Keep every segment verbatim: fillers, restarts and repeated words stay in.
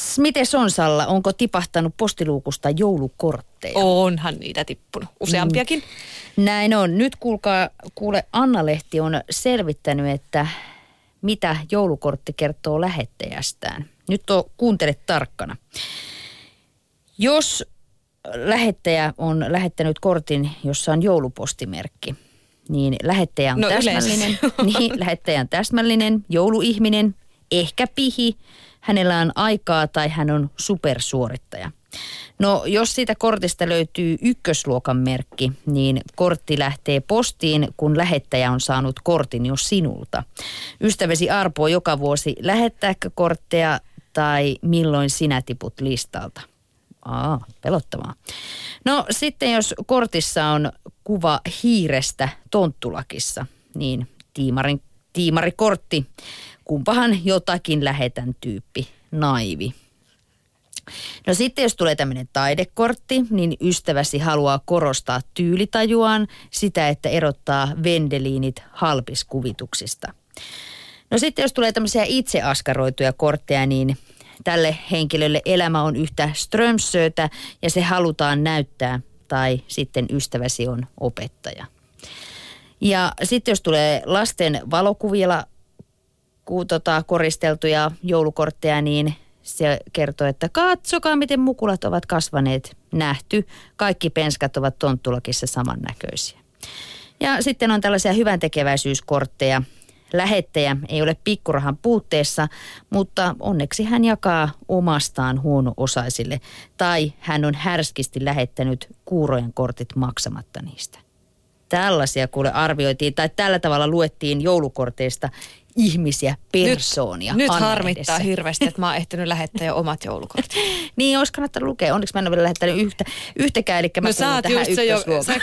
Mites on, Salla? Onko tipahtanut postiluukusta joulukortteja? Onhan niitä tippunut. Useampiakin. Mm. Näin on. Nyt kuulkaa, kuule, Anna-lehti on selvittänyt, että mitä joulukortti kertoo lähettäjästään. Nyt on, kuuntele tarkkana. Jos lähettäjä on lähettänyt kortin, jossa on joulupostimerkki, niin lähettäjä on no täsmällinen. Niin, lähettäjä on täsmällinen, jouluihminen, ehkä pihi. Hänellä on aikaa tai hän on supersuorittaja. No, jos siitä kortista löytyy ykkösluokan merkki, niin kortti lähtee postiin, kun lähettäjä on saanut kortin jo sinulta. Ystäväsi arpoo joka vuosi lähettääkö kortteja tai milloin sinä tiput listalta? Aa, pelottavaa. No sitten jos kortissa on kuva hiirestä tonttulakissa, niin tiimarin, tiimarikortti, kumpahan jotakin lähetän tyyppi, naivi. No sitten jos tulee tämmöinen taidekortti, niin ystäväsi haluaa korostaa tyylitajuaan sitä, että erottaa vendeliinit halpiskuvituksista. No sitten jos tulee tämmöisiä itse askaroituja kortteja, niin tälle henkilölle elämä on yhtä Strömsötä ja se halutaan näyttää, tai sitten ystäväsi on opettaja. Ja sitten jos tulee lasten valokuvilla ku, tota, koristeltuja joulukortteja, niin se kertoo, että katsokaa miten mukulat ovat kasvaneet, nähty. Kaikki penskat ovat tonttulakissa samannäköisiä. Ja sitten on tällaisia hyväntekeväisyyskortteja. Lähettäjä ei ole pikkurahan puutteessa, mutta onneksi hän jakaa omastaan huono-osaisille. Tai hän on härskisti lähettänyt kuurojen kortit maksamatta niistä. Tällaisia kuule arvioitiin, tai tällä tavalla luettiin joulukorteista ihmisiä, persoonia. Nyt, nyt harmittaa hirveästi, että mä oon ehtinyt lähettää jo omat joulukortit. Niin, olisi kannattanut lukea. Onneksi mä en ole vielä lähettänyt yhtä, yhtäkään, eli mä no, kuulun tähän ykkösluokaan.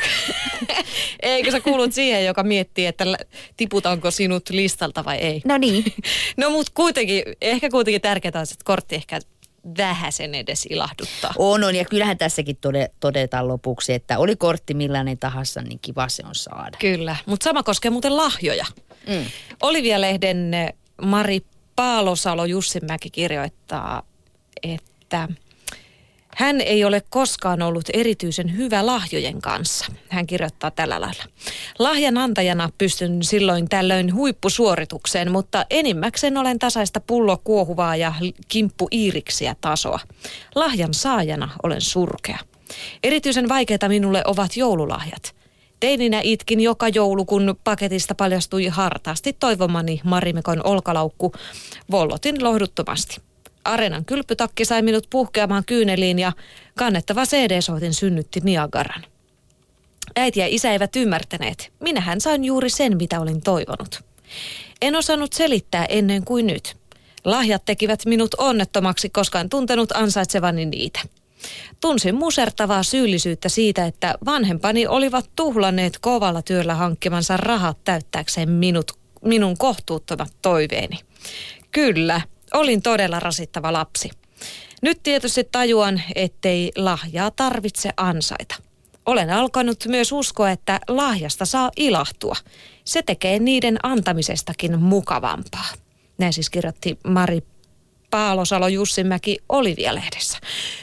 Eikö sä kuulut siihen, joka miettii, että tiputaanko sinut listalta vai ei? No niin. No mut kuitenkin, ehkä kuitenkin tärkeää on, että kortti ehkä vähäsen edes ilahduttaa. On, on, ja kyllähän tässäkin todetaan lopuksi, että oli kortti millainen tahansa, niin kiva se on saada. Kyllä, mutta sama koskee muuten lahjoja. Mm. Olivia-lehden Mari Paalosalo-Jussinmäki kirjoittaa, että hän ei ole koskaan ollut erityisen hyvä lahjojen kanssa. Hän kirjoittaa tällä lailla. Lahjan antajana pystyn silloin tällöin huippusuoritukseen, mutta enimmäkseen olen tasaista pullokuohuvaa ja kimppu-iiriksiä tasoa. Lahjan saajana olen surkea. Erityisen vaikeita minulle ovat joululahjat. Teininä itkin joka joulu, kun paketista paljastui hartaasti toivomani Marimekon olkalaukku. Vollotin lohduttomasti. Areenan kylpytakki sai minut puhkeamaan kyyneliin ja kannettava C D-soitin synnytti Niagaran. Äiti ja isä eivät ymmärtäneet. Minähän sain juuri sen, mitä olin toivonut. En osannut selittää ennen kuin nyt. Lahjat tekivät minut onnettomaksi, koska en tuntenut ansaitsevani niitä. Tunsin musertavaa syyllisyyttä siitä, että vanhempani olivat tuhlanneet kovalla työllä hankkimansa rahat täyttääkseen minut, minun kohtuuttomat toiveeni. Kyllä, olin todella rasittava lapsi. Nyt tietysti tajuan, ettei lahjaa tarvitse ansaita. Olen alkanut myös uskoa, että lahjasta saa ilahtua. Se tekee niiden antamisestakin mukavampaa. Näin siis kirjoitti Mari Paalosalo-Jussinmäki Olivia-lehdessä.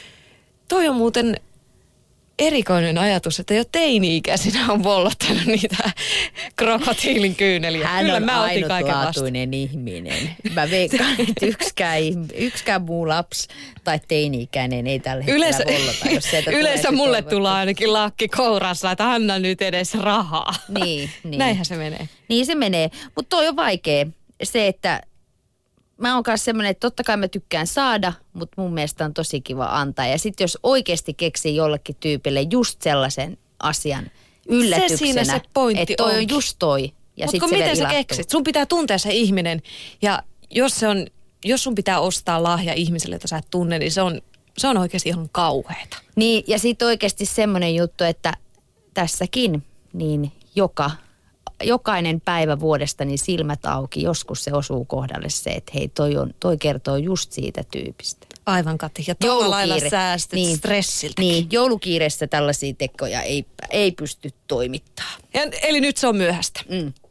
Toi on muuten erikoinen ajatus, että jo teini-ikäisinä on vollottanut niitä krokotiilin kyyneliä. Hän Kyllä, on ainutlaatuinen ihminen. Mä veikkaan, että yksikään, yksikään muu lapsi tai teini-ikäinen ei tällä hetkellä yleensä, vollota. Jos yleensä mulle tulee ainakin lakki kourassa, että anna nyt edes rahaa. Niin, niin. Näinhän se menee. Niin se menee, mutta toi on vaikea. Se, että mä oon kanssa semmoinen, että totta kai mä tykkään saada, mutta mun mielestä on tosi kiva antaa. Ja sitten jos oikeasti keksii jollekin tyypille just sellaisen asian yllätyksenä, se siinä se pointti että toi onkin. on just toi. Mutta miten sä keksit? Sun pitää tuntea se ihminen ja jos, se on, jos sun pitää ostaa lahja ihmiselle, jota sä et tunne, niin se on, se on oikeasti ihan kauheeta. Niin ja sitten oikeasti semmoinen juttu, että tässäkin niin joka... Jokainen päivä vuodesta niin silmät auki, joskus se osuu kohdalle se, että hei toi, on, toi kertoo just siitä tyypistä. Aivan Kati, ja tuolla lailla säästyt niin, stressiltä. Niin, joulukiireessä tällaisia tekoja ei, ei pysty toimittamaan. Ja, eli nyt se on myöhäistä. Mm.